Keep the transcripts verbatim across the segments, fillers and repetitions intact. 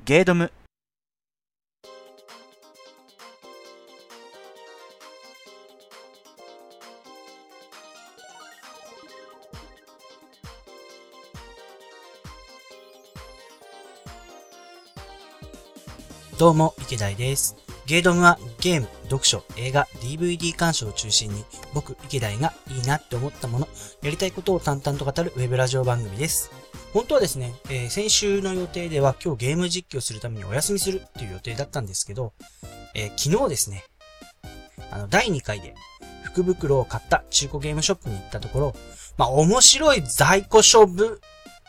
ゲードム。 どうも池田です。ゲードムはゲーム、読書、映画、ディーブイディー 鑑賞を中心に僕池田がいいなって思ったもの、やりたいことを淡々と語るウェブラジオ番組です。本当はですね、えー、先週の予定では今日ゲーム実況するためにお休みするっていう予定だったんですけど、えー、昨日ですね、あのだいにかいで福袋を買った中古ゲームショップに行ったところ、まあ面白い在庫処分、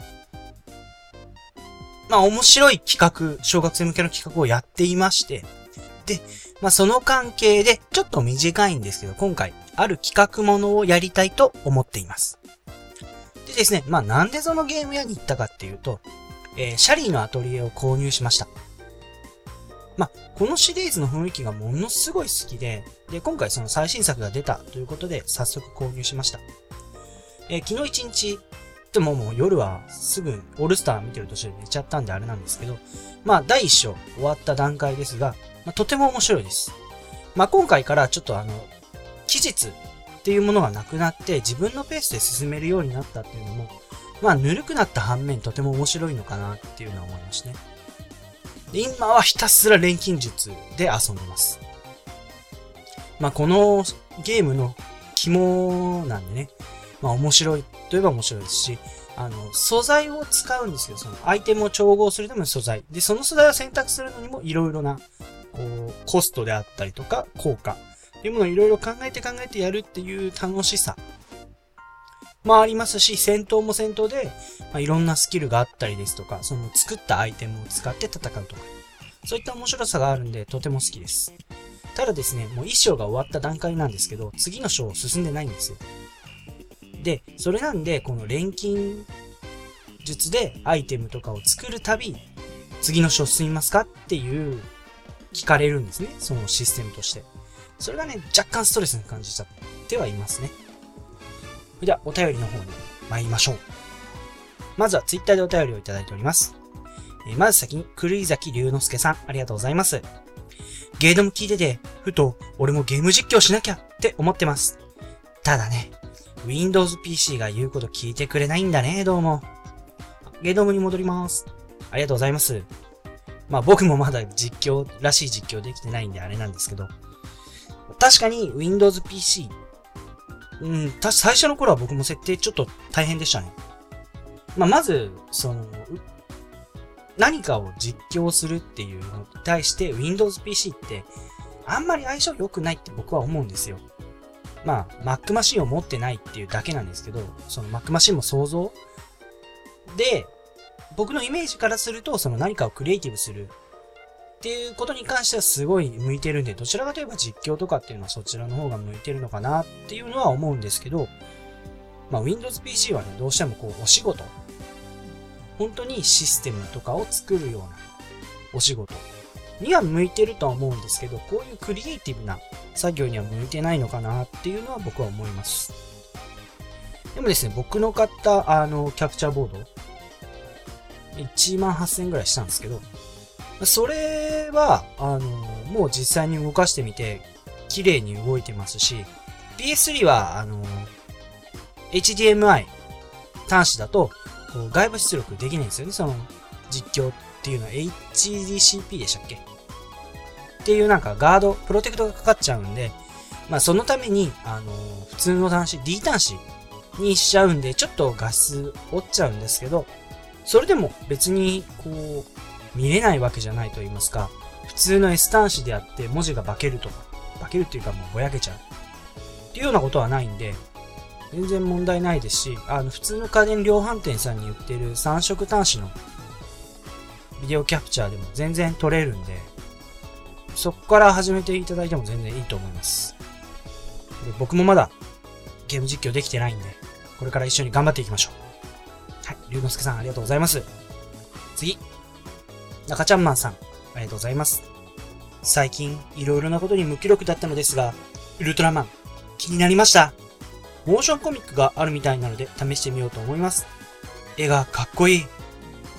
まあ面白い企画、小学生向けの企画をやっていまして、で、まあその関係でちょっと短いんですけど、今回ある企画ものをやりたいと思っています。でですね、まあなんでそのゲーム屋に行ったかっていうと、えー、シャリーのアトリエを購入しました。まあこのシリーズの雰囲気がものすごい好きで、で今回その最新作が出たということで早速購入しました。えー、昨日一日、でももう夜はすぐオールスター見てる途中で寝ちゃったんであれなんですけど、まあ第一章終わった段階ですが、まあ、とても面白いです。まあ今回からちょっとあの、期日っていうものがなくなって自分のペースで進めるようになったっていうのも、まあぬるくなった反面とても面白いのかなっていうのは思いましたね。で、今はひたすら錬金術で遊んでます。まあこのゲームの肝なんでね、まあ面白いといえば面白いですし、あの、素材を使うんですけど、そのアイテムを調合するための素材。で、その素材を選択するのにもいろいろな、こう、コストであったりとか、効果。っていうものをいろいろ考えて考えてやるっていう楽しさ。もありますし、戦闘も戦闘で、まあ、いろんなスキルがあったりですとか、その作ったアイテムを使って戦うとか。そういった面白さがあるんで、とても好きです。ただですね、もう一章が終わった段階なんですけど、次の章進んでないんですよ。で、それなんで、この錬金術でアイテムとかを作るたび、次の章進みますかっていう、聞かれるんですね。そのシステムとして。それがね、若干ストレスに感じちゃってはいますね。それでは、お便りの方に参りましょう。まずはツイッターでお便りをいただいております。えー、まず先に、狂い崎龍之介さん、ありがとうございます。ゲードも聞いてて、ふと、俺もゲーム実況しなきゃって思ってます。ただね、Windows ピーシー が言うこと聞いてくれないんだね、どうも。ゲードムに戻ります。ありがとうございます。まあ僕もまだ実況らしい実況できてないんであれなんですけど。確かに Windows ピーシー。うん、た最初の頃は僕も設定ちょっと大変でしたね。まあまず、その、何かを実況するっていうのに対して Windows ピーシー ってあんまり相性良くないって僕は思うんですよ。まあ、Mac マシンを持ってないっていうだけなんですけど、その Mac マシンも想像で、僕のイメージからすると、その何かをクリエイティブするっていうことに関してはすごい向いてるんで、どちらかといえば実況とかっていうのはそちらの方が向いてるのかなっていうのは思うんですけど、まあ Windows ピーシー はね、どうしてもこうお仕事、本当にシステムとかを作るようなお仕事には向いてるとは思うんですけど、こういうクリエイティブな作業には向いてないのかなっていうのは僕は思います。でもですね、僕の買ったあのキャプチャーボードいちまんはっせんえんぐらいしたんですけど、それはあのもう実際に動かしてみて綺麗に動いてますし、 ピーエススリー はあの エイチディーエムアイ 端子だとこう外部出力できないんですよね。その実況っていうのは エイチディーシーピー でしたっけっていうなんかガード、プロテクトがかかっちゃうんで、まあそのために、あのー、普通の端子、D 端子にしちゃうんで、ちょっと画質落ちちゃうんですけど、それでも別にこう、見れないわけじゃないと言いますか、普通の S 端子であって文字が化けるとか、化けるっていうかもうぼやけちゃうっていうようなことはないんで、全然問題ないですし、あの普通の家電量販店さんに売ってるさん色端子のビデオキャプチャーでも全然撮れるんで、そこから始めていただいても全然いいと思います。で、僕もまだゲーム実況できてないんで、これから一緒に頑張っていきましょう。はい、龍之介さんありがとうございます。次、中ちゃんマンさんありがとうございます。最近いろいろなことに無気力だったのですが、ウルトラマン気になりました。モーションコミックがあるみたいなので試してみようと思います。絵がかっこいい。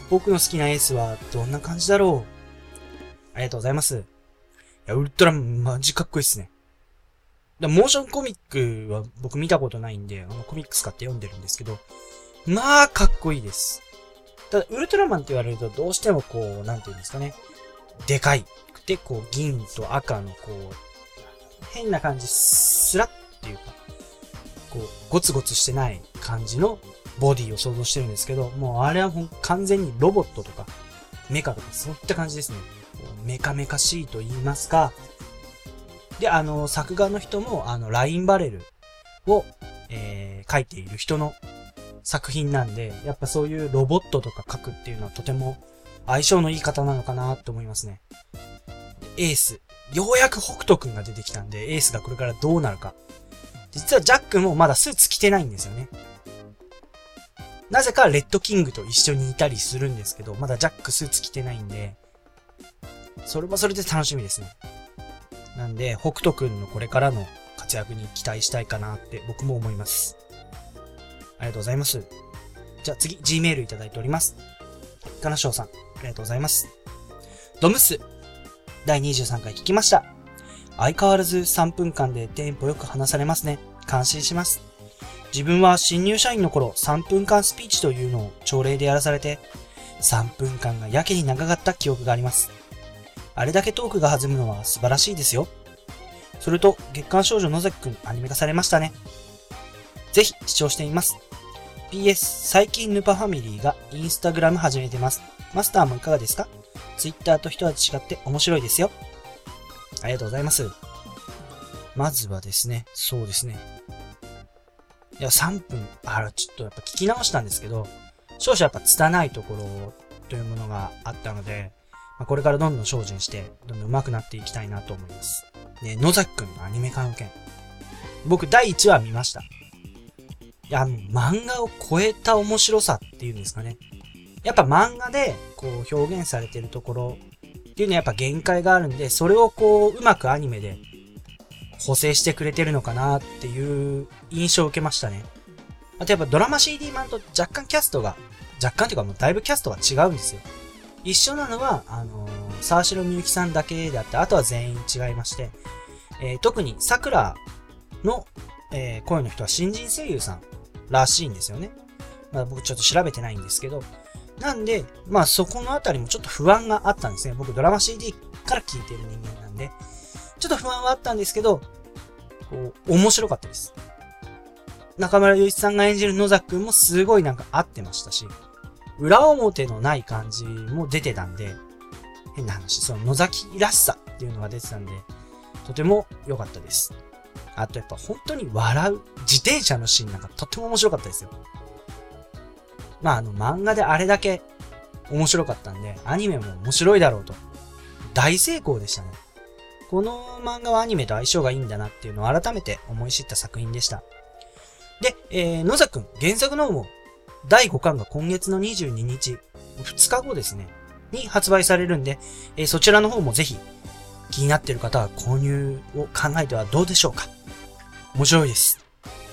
僕の好きなエースはどんな感じだろう。ありがとうございます。いや、ウルトラマンマジかっこいいっすね。だモーションコミックは僕見たことないんで、あのコミックス買って読んでるんですけど、まあかっこいいです。ただ、ウルトラマンって言われるとどうしてもこう、なんていうんですかね。でかいくて、こう、銀と赤のこう、変な感じ、スラッっていうか、こう、ゴツゴツしてない感じのボディを想像してるんですけど、もうあれはもう完全にロボットとか、メカとかそういった感じですね。メカメカしいと言いますか。で、あの、作画の人も、あの、ラインバレルを、えー、描いている人の作品なんで、やっぱそういうロボットとか描くっていうのはとても相性のいい方なのかなと思いますね。エース。ようやく北斗くんが出てきたんで、エースがこれからどうなるか。実はジャックもまだスーツ着てないんですよね。なぜかレッドキングと一緒にいたりするんですけど、まだジャックスーツ着てないんで、それはそれで楽しみですね。なんで、北斗くんのこれからの活躍に期待したいかなって僕も思います。ありがとうございます。じゃあ次、G メールいただいております。かなしょうさん、ありがとうございます。ドムス、だいにじゅうさんかい聞きました。相変わらずさんぷんかんでテンポよく話されますね。感心します。自分は新入社員の頃さんぷんかんスピーチというのを朝礼でやらされて、さんぷんかんがやけに長かった記憶があります。あれだけトークが弾むのは素晴らしいですよ。それと、月刊少女野崎くんアニメ化されましたね。ぜひ視聴してみます。ピーエス 最近ヌパファミリーがインスタグラム始めてます。マスターもいかがですか？ツイッターと一味違って面白いですよ。ありがとうございます。まずはですね、そうですね。いや、さんぷん、あら、ちょっとやっぱ聞き直したんですけど、少々やっぱ拙いところというものがあったので、まあ、これからどんどん精進して、どんどん上手くなっていきたいなと思います。ね、野崎くんのアニメ化の件。僕だいいちわ見ました。いや、もう漫画を超えた面白さっていうんですかね。やっぱ漫画でこう表現されてるところっていうのはやっぱ限界があるんで、それをこううまくアニメで補正してくれてるのかなっていう印象を受けましたね。あとやっぱドラマ シーディー 版と若干キャストが、若干というかもうだいぶキャストが違うんですよ。一緒なのは、あのー、沢城みゆきさんだけであって、あとは全員違いまして、えー、特に桜の、えー、声の人は新人声優さんらしいんですよね。まあ僕ちょっと調べてないんですけど、なんで、まあそこのあたりもちょっと不安があったんですね。僕ドラマ シーディー から聞いてる人間なんで、ちょっと不安はあったんですけど、こう、面白かったです。中村祐一さんが演じる野崎くんもすごいなんか合ってましたし、裏表のない感じも出てたんで、変な話、その野崎らしさっていうのが出てたんで、とても良かったです。あとやっぱ本当に笑う自転車のシーンなんかとっても面白かったですよ。まああの漫画であれだけ面白かったんで、アニメも面白いだろうと。大成功でしたね。この漫画はアニメと相性がいいんだなっていうのを改めて思い知った作品でした。で、えー、野崎くん、原作の方もだいごかんが今月のにじゅうににち、ふつかごですね、に発売されるんで、えー、そちらの方もぜひ気になっている方は購入を考えてはどうでしょうか。面白いです。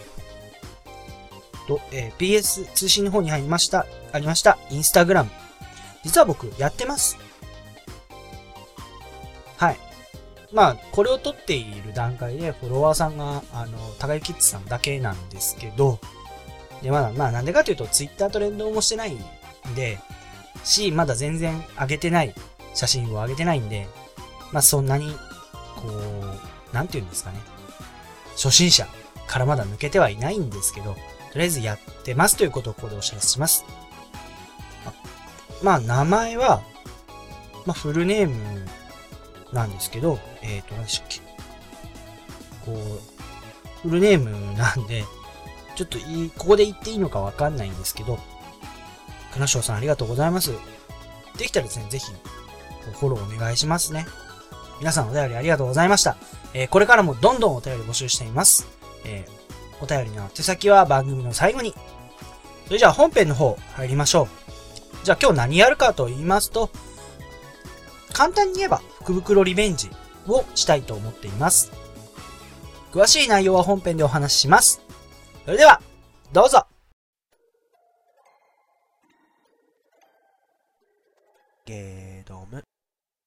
と、えー、ピーエス 通信の方に入りました、ありました、インスタグラム。実は僕やってます。はい。まあ、これを撮っている段階でフォロワーさんが、あの、高木キッズさんだけなんですけど、で、まだ、まあ、なんでかというと、ツイッターと連動もしてないんで、し、まだ全然上げてない、写真を上げてないんで、まあ、そんなに、こう、なんていうんですかね。初心者からまだ抜けてはいないんですけど、とりあえずやってますということをここでお知らせします。まあ、名前は、まあ、フルネームなんですけど、えっと、何でしたっけ。こう、フルネームなんで、ちょっといい、ここで言っていいのかわかんないんですけど、金賞さんありがとうございます。できたらですね、ぜひ、フォローお願いしますね。皆さんお便りありがとうございました。えー、これからもどんどんお便り募集しています。えー、お便りの手先は番組の最後に。それじゃあ本編の方入りましょう。じゃあ今日何やるかと言いますと、簡単に言えば福袋リベンジをしたいと思っています。詳しい内容は本編でお話しします。それでは、どうぞ。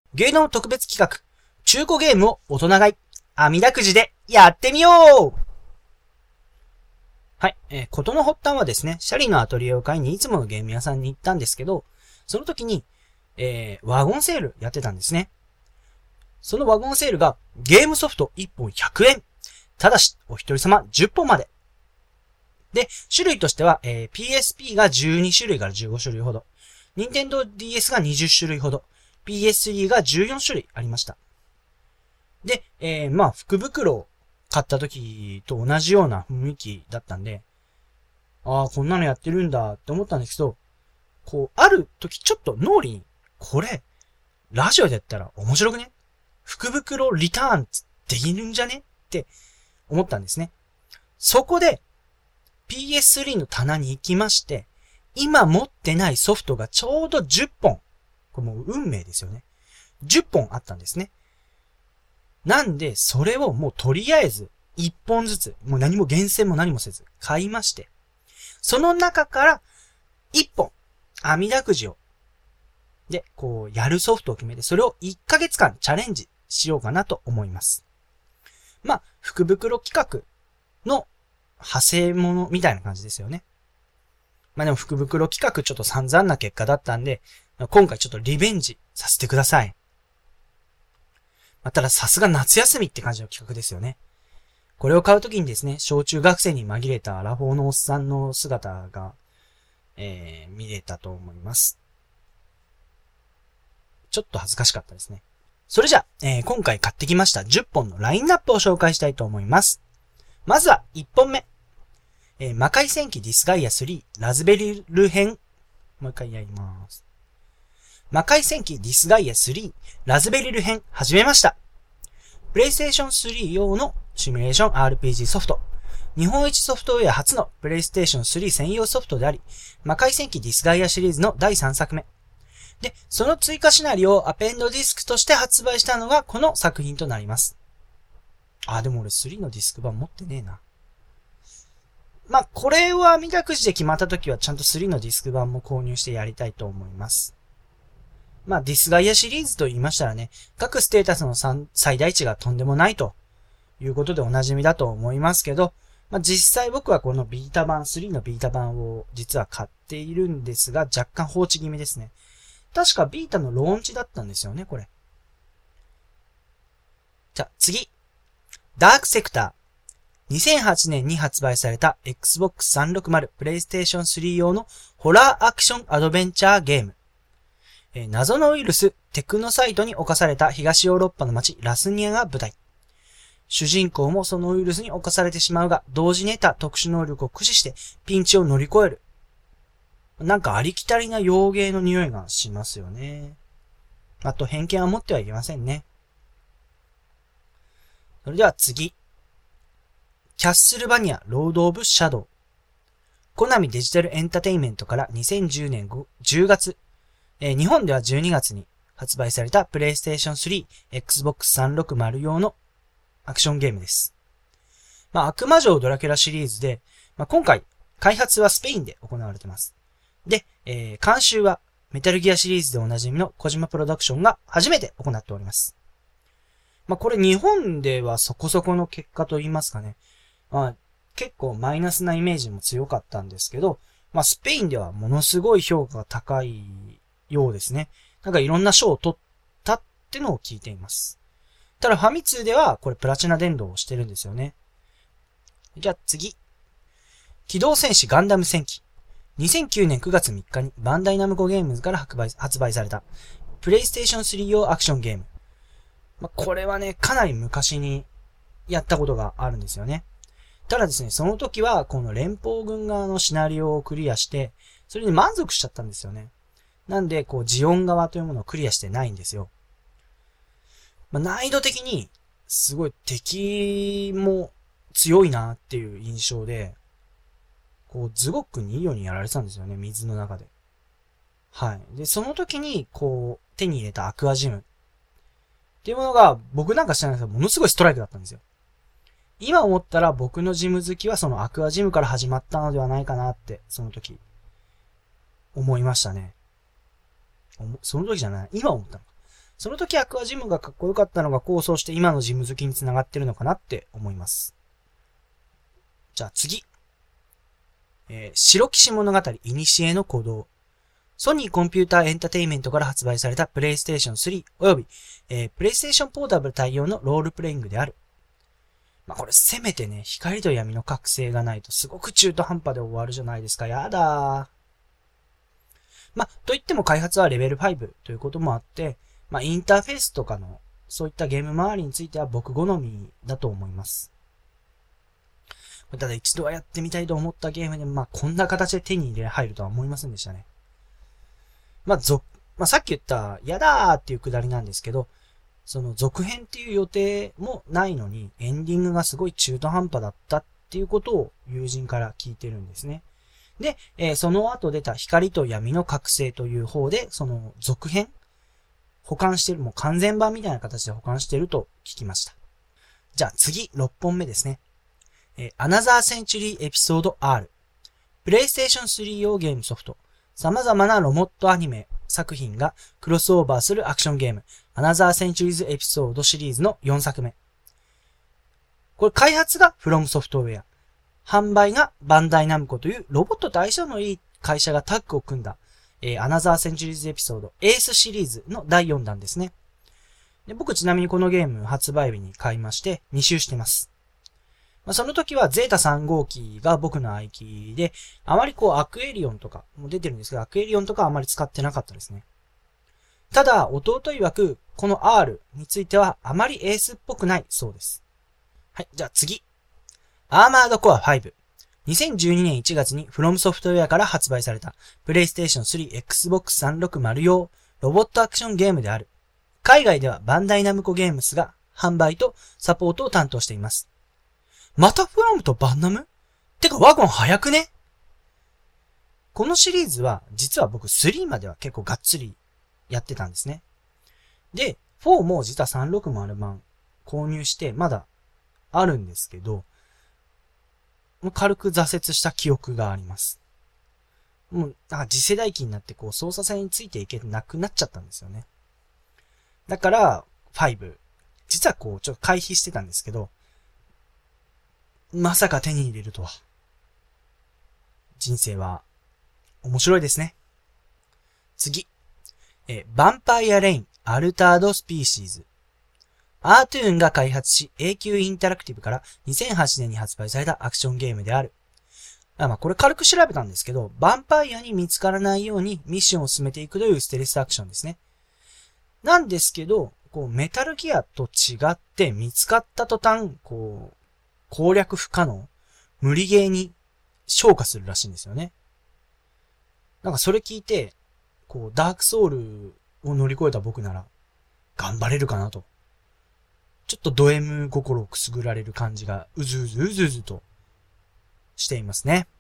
芸能特別企画、中古ゲームを大人買い、網だくじでやってみよう。はい、えー、ことの発端はですね、シャリのアトリエを買いにいつものゲーム屋さんに行ったんですけど、その時に、えー、ワゴンセールやってたんですね。そのワゴンセールがゲームソフトいっぽんひゃくえん。ただし、お一人様じゅっぽんまで。で、種類としては、えー、ピーエスピー がじゅうにしゅるいからじゅうごしゅるいほど。Nintendo ディーエス がにじゅっしゅるいほど。ピーエススリー がじゅうよんしゅるいありました。で、えー、まあ、福袋を買った時と同じような雰囲気だったんで、ああ、こんなのやってるんだって思ったんですけど、こう、ある時ちょっと脳裏に、これ、ラジオでやったら面白くね？福袋リターンできるんじゃねって思ったんですね。そこで、ピーエススリー の棚に行きまして、今持ってないソフトがちょうどじゅっぽん。これもう運命ですよね。じゅっぽんあったんですね。なんで、それをもうとりあえず、いっぽんずつ、もう何も厳選も何もせず、買いまして、その中から、いっぽん、網だくじを、で、こう、やるソフトを決めて、それをいっかげつかんチャレンジしようかなと思います。まあ、福袋企画の派生ものみたいな感じですよね。まあでも福袋企画ちょっと散々な結果だったんで、今回ちょっとリベンジさせてください。まあ、たださすが夏休みって感じの企画ですよね。これを買うときにですね、小中学生に紛れたアラフォーのおっさんの姿が、えー、見れたと思います。ちょっと恥ずかしかったですね。それじゃあ、えー、今回買ってきましたじゅっぽんのラインナップを紹介したいと思います。まずはいっぽんめ。えー、魔界戦記ディスガイアスリーラズベリル編。もう一回やります。魔界戦記ディスガイアスリーラズベリル編始めました。プレイステーションスリー用のシミュレーション アールピージー ソフト。日本一ソフトウェア初のプレイステーションスリー専用ソフトであり、魔界戦記ディスガイアシリーズのだいさんさくめ。で、その追加シナリオをアペンドディスクとして発売したのがこの作品となります。あ、でも俺スリーのディスク版持ってねえな。まあ、これは網だくじで決まった時はちゃんとスリーのディスク版も購入してやりたいと思います。まあ、ディスガイアシリーズと言いましたらね、各ステータスの最大値がとんでもないということでおなじみだと思いますけど、まあ実際僕はこのビータ版、スリーのビータ版を実は買っているんですが、若干放置気味ですね。確かビータのローンチだったんですよね、これ。じゃあ次。ダークセクター。にせんはちねんに発売された エックスボックスさんびゃくろくじュー PlayStation スリー用のホラーアクションアドベンチャーゲーム。えー、謎のウイルス、テクノサイトに侵された東ヨーロッパの街ラスニアが舞台。主人公もそのウイルスに侵されてしまうが、同時に得た特殊能力を駆使してピンチを乗り越える。なんかありきたりな洋芸の匂いがしますよね。あと偏見は持ってはいけませんね。それでは次。キャッスルバニアロード・オブ・シャドウ。コナミデジタルエンタテイメントからにせんじゅうねんじゅうがつ、えー、日本ではじゅうにがつに発売された PlayStation スリー、エックスボックスさんびゃくろくじゅう 用のアクションゲームです。まあ、悪魔城ドラキュラシリーズで、まあ、今回開発はスペインで行われています。で、えー、監修はメタルギアシリーズでおなじみの小島プロダクションが初めて行っております。まあ、これ日本ではそこそこの結果と言いますかね。まあ、結構マイナスなイメージも強かったんですけど、まあ、スペインではものすごい評価が高いようですね。なんかいろんな賞を取ったってのを聞いています。ただファミ通ではこれプラチナ伝導をしてるんですよね。じゃあ次。機動戦士ガンダム戦記。にせんきゅうねんくがつみっかにバンダイナムコゲームズから発売、発売されたプレイステーションスリー用アクションゲーム。まあ、これはね、かなり昔にやったことがあるんですよね。ただですね、その時はこの連邦軍側のシナリオをクリアして、それに満足しちゃったんですよね。なんで、こう、ジオン側というものをクリアしてないんですよ。まあ、難易度的に、すごい敵も強いなっていう印象で、こう、ズゴックにいいようにやられてたんですよね、水の中で。はい。で、その時に、こう、手に入れたアクアジム。っていうものが、僕なんか知らないですけど、ものすごいストライクだったんですよ。今思ったら僕のジム好きはそのアクアジムから始まったのではないかなって、その時、思いましたね。その時じゃない、今思ったのか。 その時アクアジムがかっこよかったのが構想して今のジム好きに繋がってるのかなって思います。じゃあ次。えー、白騎士物語古の鼓動。ソニーコンピューターエンタテイメントから発売されたプレイステーションスリーおよび、えー、プレイステーションポータブル対応のロールプレイングである。まあ、これせめてね、光と闇の覚醒がないとすごく中途半端で終わるじゃないですか。やだー。まあ、といっても開発はレベルファイブということもあって、まあ、インターフェースとかの、そういったゲーム周りについては僕好みだと思います。ただ一度はやってみたいと思ったゲームで、まあ、こんな形で手に入れ入るとは思いませんでしたね。まあ、ぞ、まあ、さっき言った、やだーっていうくだりなんですけど、その続編っていう予定もないのに、エンディングがすごい中途半端だったっていうことを友人から聞いてるんですね。で、えー、その後出た光と闇の覚醒という方で、その続編保管してる、もう完全版みたいな形で保管してると聞きました。じゃあ次、ろっぽんめですね。えー、Another Century Episode R。プレイステーションスリー用ゲームソフト。様々なロボットアニメ作品がクロスオーバーするアクションゲーム。Another Centuries Episode シリーズのよんさくめ。これ開発が From Software。販売がバンダイナムコというロボットと相性のいい会社がタッグを組んだ、えー、Another Centuries Episode エースシリーズのだいよんだんですね。で僕ちなみにこのゲーム発売日に買いましてに周してます。まあ、その時はゼータさん号機が僕の愛機で、あまりこうアクエリオンとかも出てるんですけど、アクエリオンとかはあまり使ってなかったですね。ただ、弟曰くこの R についてはあまりエースっぽくないそうです。はい、じゃあ次。アーマードコアファイブ。にせんじゅうにねんいちがつに From Software から発売された PlayStation スリー、Xbox さんびゃくろくじゅう用ロボットアクションゲームである。海外ではバンダイナムコゲームスが販売とサポートを担当しています。また From とバンナム？てかワゴン早くね？このシリーズは実は僕スリーまでは結構がっつりやってたんですね。で、フォーも実はさんびゃくろくじゅう版購入してまだあるんですけど、軽く挫折した記憶があります。もう、なんか次世代機になってこう操作性についていけなくなっちゃったんですよね。だから、ファイブ。実はこう、ちょっと回避してたんですけど、まさか手に入れるとは。人生は、面白いですね。次。え、ヴァンパイアレイン、アルタードスピーシーズ。アートゥーンが開発し、エーキュー インタラクティブからにせんはちねんに発売されたアクションゲームである。あまあ、これ軽く調べたんですけど、ヴァンパイアに見つからないようにミッションを進めていくというステルスアクションですね。なんですけど、こう、メタルギアと違って見つかった途端、こう、攻略不可能、無理ゲーに昇華するらしいんですよね。なんかそれ聞いて、こう、ダークソウルを乗り越えた僕なら、頑張れるかなと。ちょっとド M 心をくすぐられる感じがうずうずうずうずとしていますね。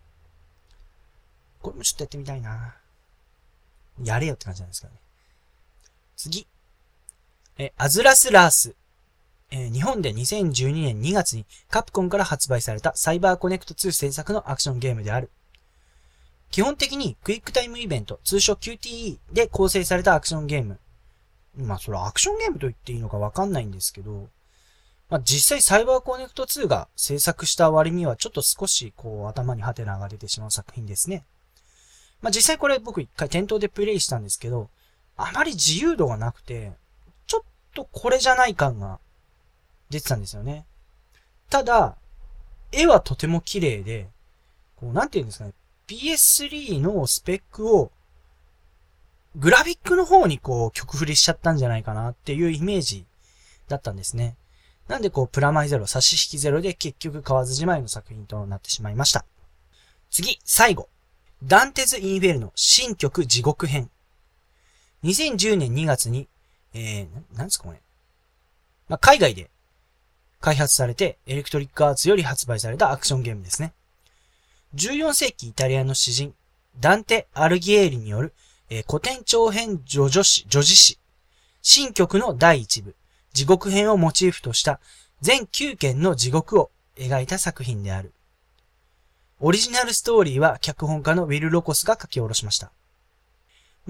これもちょっとやってみたいな。やれよって感じなんですけどね。次。え、アズラスラース。えー、日本でにせんじゅうにねんにがつにカプコンから発売されたサイバーコネクトツー制作のアクションゲームである。基本的にクイックタイムイベント、通称 キューティーイー で構成されたアクションゲーム。まあそれはアクションゲームと言っていいのかわかんないんですけど、まあ実際サイバーコネクトツーが制作した割にはちょっと少しこう頭にハテナが出てしまう作品ですね。まあ実際これ僕一回店頭でプレイしたんですけど、あまり自由度がなくて、ちょっとこれじゃない感が出てたんですよね。ただ、絵はとても綺麗で、こうなんていうんですかね、ピーエススリー のスペックをグラフィックの方にこう曲振りしちゃったんじゃないかなっていうイメージだったんですね。なんでこうプラマイゼロ、差し引きゼロで結局買わずじまいの作品となってしまいました。次、最後。ダンテズ・インフェルノ新曲地獄編。にせんじゅうねんにがつに、えー、な、なんですかこれ。まあ、海外で開発されてエレクトリックアーツより発売されたアクションゲームですね。じゅうよんせいきイタリアの詩人、ダンテ・アルギエーリによるえー、古典長編叙叙詩、叙事詩、新曲のだいいちぶ、地獄編をモチーフとした全きゅうけんの地獄を描いた作品である。オリジナルストーリーは脚本家のウィル・ロコスが書き下ろしました。まあ、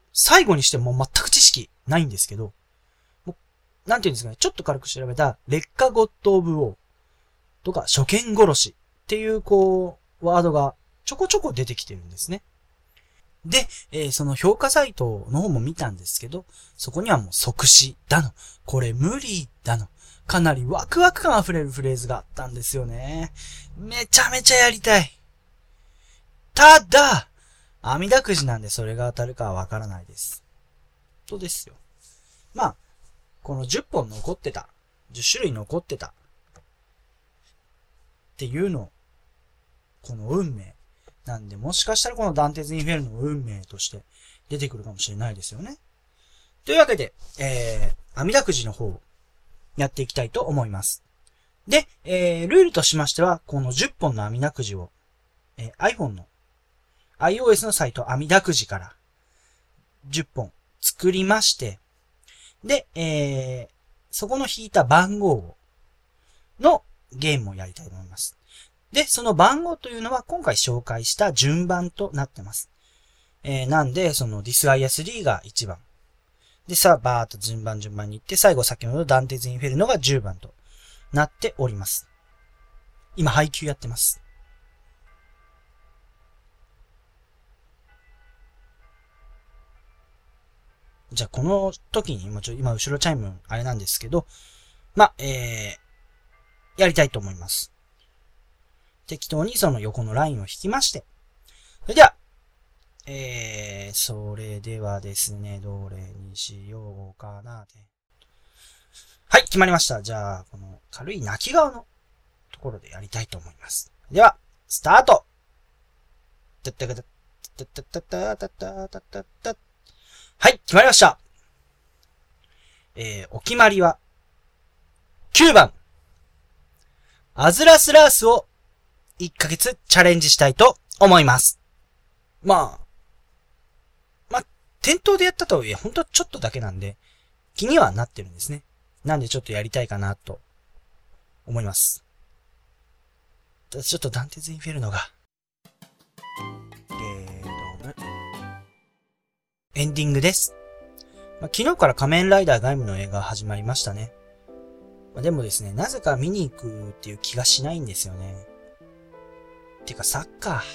最後にしても全く知識ないんですけど、もうなんていうんですかね、ちょっと軽く調べた、劣化ゴッド・オブ・ウォーとか、初見殺しっていうこう、ワードがちょこちょこ出てきてるんですね。で、えー、その評価サイトの方も見たんですけど、そこにはもう即死だの、これ無理だの、かなりワクワク感あふれるフレーズがあったんですよね。めちゃめちゃやりたい。ただ、網だくじなんでそれが当たるかはわからないです。とですよ。まあ、このじゅっぽん残ってた、じゅっしゅるい残ってたっていうの、この運命。なんで、もしかしたらこのダンテズ・インフェルノの運命として出てくるかもしれないですよね。というわけで、えー、網だくじの方をやっていきたいと思います。で、えー、ルールとしましては、このじゅっぽんの網だくじを、えー、iPhone の iOS のサイト網だくじからじゅっぽん作りまして、で、えー、そこの引いた番号のゲームをやりたいと思います。で、その番号というのは今回紹介した順番となってます。えー、なんで、その This アイエスディー がいちばん。で、さあ、バーっと順番順番に行って、最後先ほどダンテズ・インフェルノがじゅうばんとなっております。今、配給やってます。じゃあ、この時に、今、ちょ、今、後ろチャイム、あれなんですけど、まあ、えー、やりたいと思います。適当にその横のラインを引きまして。それでは、えー、それではですね、どれにしようかなって。はい、決まりました。じゃあ、この軽い泣き顔のところでやりたいと思います。では、スタートたったたたたたたたたたたたはい、決まりました。えー、お決まりは、きゅうばん。アズラスラースをいっかげつチャレンジしたいと思います。まあ、まあ、店頭でやったとはいえ、ほんとちょっとだけなんで、気にはなってるんですね。なんでちょっとやりたいかなと思います。ただちょっとダンテズ・インフェルノが、ゲードム、エンディングです。まあ、昨日から仮面ライダーガイムの映画始まりましたね。まあ、でもですね、なぜか見に行くっていう気がしないんですよね。てかサッカーって。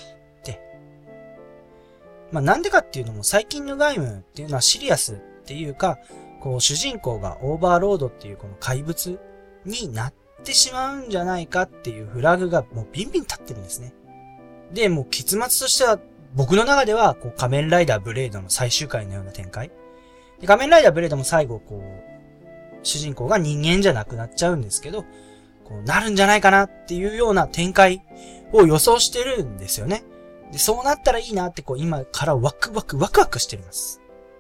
まあなんでかっていうのも最近のガイムっていうのはシリアスっていうか、こう主人公がオーバーロードっていうこの怪物になってしまうんじゃないかっていうフラグがもうビンビン立ってるんですね。で、もう結末としては僕の中ではこう仮面ライダーブレードの最終回のような展開。で、仮面ライダーブレードも最後こう、主人公が人間じゃなくなっちゃうんですけど、こうなるんじゃないかなっていうような展開を予想してるんですよね。で、そうなったらいいなってこう今からワクワクワクワクしてます。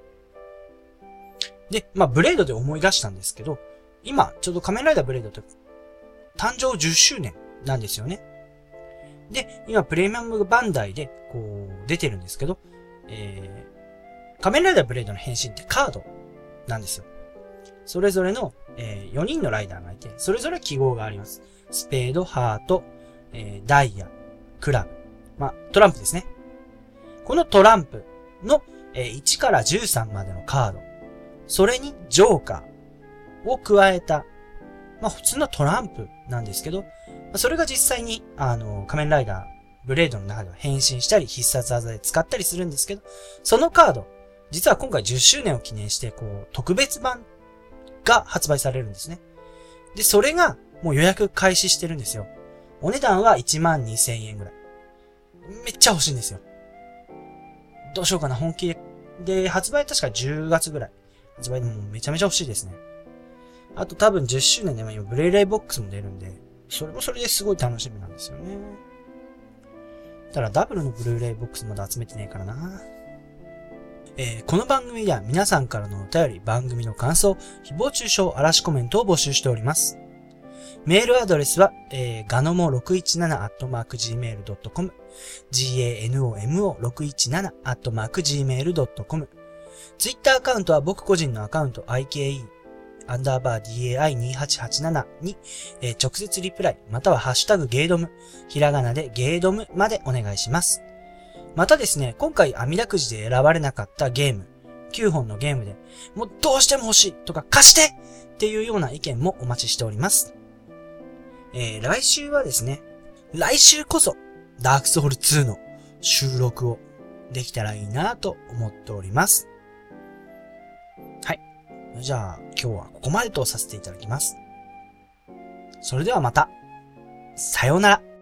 で、まあブレードで思い出したんですけど、今ちょうど仮面ライダーブレードって誕生じゅっしゅうねんなんですよね。で、今プレミアムバンダイでこう出てるんですけど、えー、仮面ライダーブレードの変身ってカードなんですよ。それぞれの、えー、よにんのライダーがいて、それぞれ記号があります。スペード、ハート、えー、ダイヤ、クラブ。まあ、トランプですね。このトランプの、えー、いちからじゅうさんまでのカード。それにジョーカーを加えた、まあ普通のトランプなんですけど、それが実際に、あの、仮面ライダー、ブレードの中では変身したり必殺技で使ったりするんですけど、そのカード、実は今回じゅっしゅうねんを記念して、こう、特別版が発売されるんですね。で、それがもう予約開始してるんですよ。お値段はいちまんにせんえんぐらい。めっちゃ欲しいんですよ。どうしようかな、本気で。で、発売確かじゅうがつぐらい。発売でもめちゃめちゃ欲しいですね。あと多分じゅっしゅうねんで今ブレイレイボックスも出るんで、それもそれですごい楽しみなんですよね。ただダブルのブルーレイボックスまだ集めてねえからな。えー、この番組では皆さんからのお便り、番組の感想、誹謗中傷、嵐コメントを募集しております。メールアドレスは、えー、ガノモろくいちななアットマークジーメールドットコム、ガノモろくいちななアットマークジーメールドットコム。ツイッターアカウントは僕個人のアカウント アイケーイー アンダーバー ディーエーアイにはちはちなな に、えー、直接リプライ、またはハッシュタグゲードム、ひらがなでゲードムまでお願いします。またですね、今回網だくじで選ばれなかったゲーム、 きゅうほんのゲームで、もうどうしても欲しいとか貸してっていうような意見もお待ちしております。えー、来週はですね、来週こそ、ダークソウルツーの収録をできたらいいなと思っております。はい。じゃあ、今日はここまでとさせていただきます。それではまた。さようなら。